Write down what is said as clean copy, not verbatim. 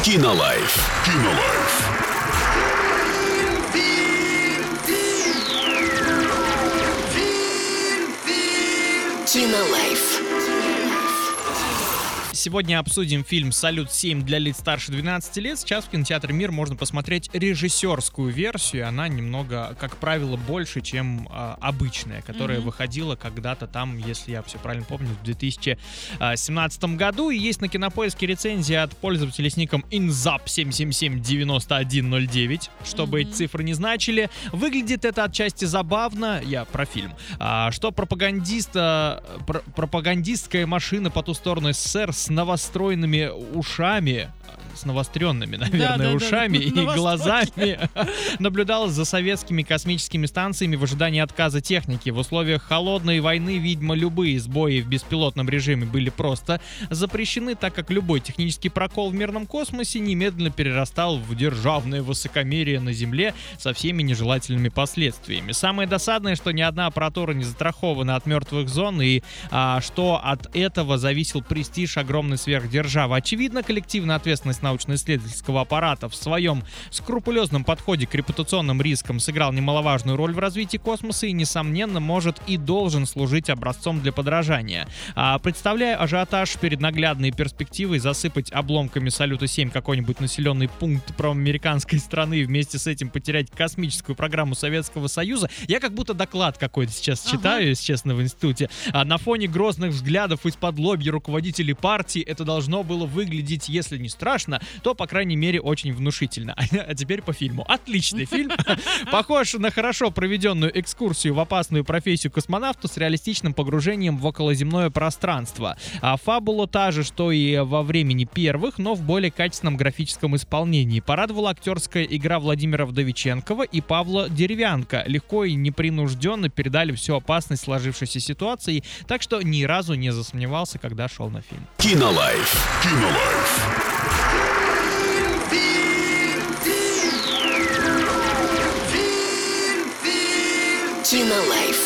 Кинолайф. Кинолайф. Кинолайф. Сегодня обсудим фильм «Салют-7» для лиц старше 12 лет. Сейчас в кинотеатре «Мир» можно посмотреть режиссерскую версию. Она немного, как правило, больше, чем обычная, которая выходила когда-то там, если я все правильно помню, в 2017 году. И есть на Кинопоиске рецензия от пользователей с ником inzap7779109, чтобы эти цифры не значили. Выглядит это отчасти забавно. Я про фильм. Что пропагандистская машина по ту сторону СССР с новостроенными ушами, с навостренными, наверное, ушами и глазами наблюдала за советскими космическими станциями в ожидании отказа техники. В условиях холодной войны, видимо, любые сбои в беспилотном режиме были просто запрещены, так как любой технический прокол в мирном космосе немедленно перерастал в державное высокомерие на Земле со всеми нежелательными последствиями. Самое досадное, что ни одна аппаратура не застрахована от мертвых зон, и что от этого зависел престиж огромной сверхдержавы. Очевидно, коллективная ответственность научно-исследовательского аппарата в своем скрупулезном подходе к репутационным рискам сыграл немаловажную роль в развитии космоса и, несомненно, может и должен служить образцом для подражания. Представляя ажиотаж перед наглядной перспективой засыпать обломками Салюта-7 какой-нибудь населенный пункт проамериканской страны и вместе с этим потерять космическую программу Советского Союза, я как будто доклад какой-то сейчас читаю, если честно, в институте. На фоне грозных взглядов из-под лобья руководителей партии это должно было выглядеть, если не страшно, то, по крайней мере, очень внушительно. А теперь по фильму. Отличный фильм. Похож на хорошо проведенную экскурсию в опасную профессию космонавта с реалистичным погружением в околоземное пространство. Фабула та же, что и во времени первых, но в более качественном графическом исполнении. Порадовала актерская игра Владимира Вдовиченкова и Павла Деревянко. Легко и непринужденно передали всю опасность сложившейся ситуации, так что ни разу не засомневался, когда шел на фильм. Кинолайф. Кинолайф. Кинолайф.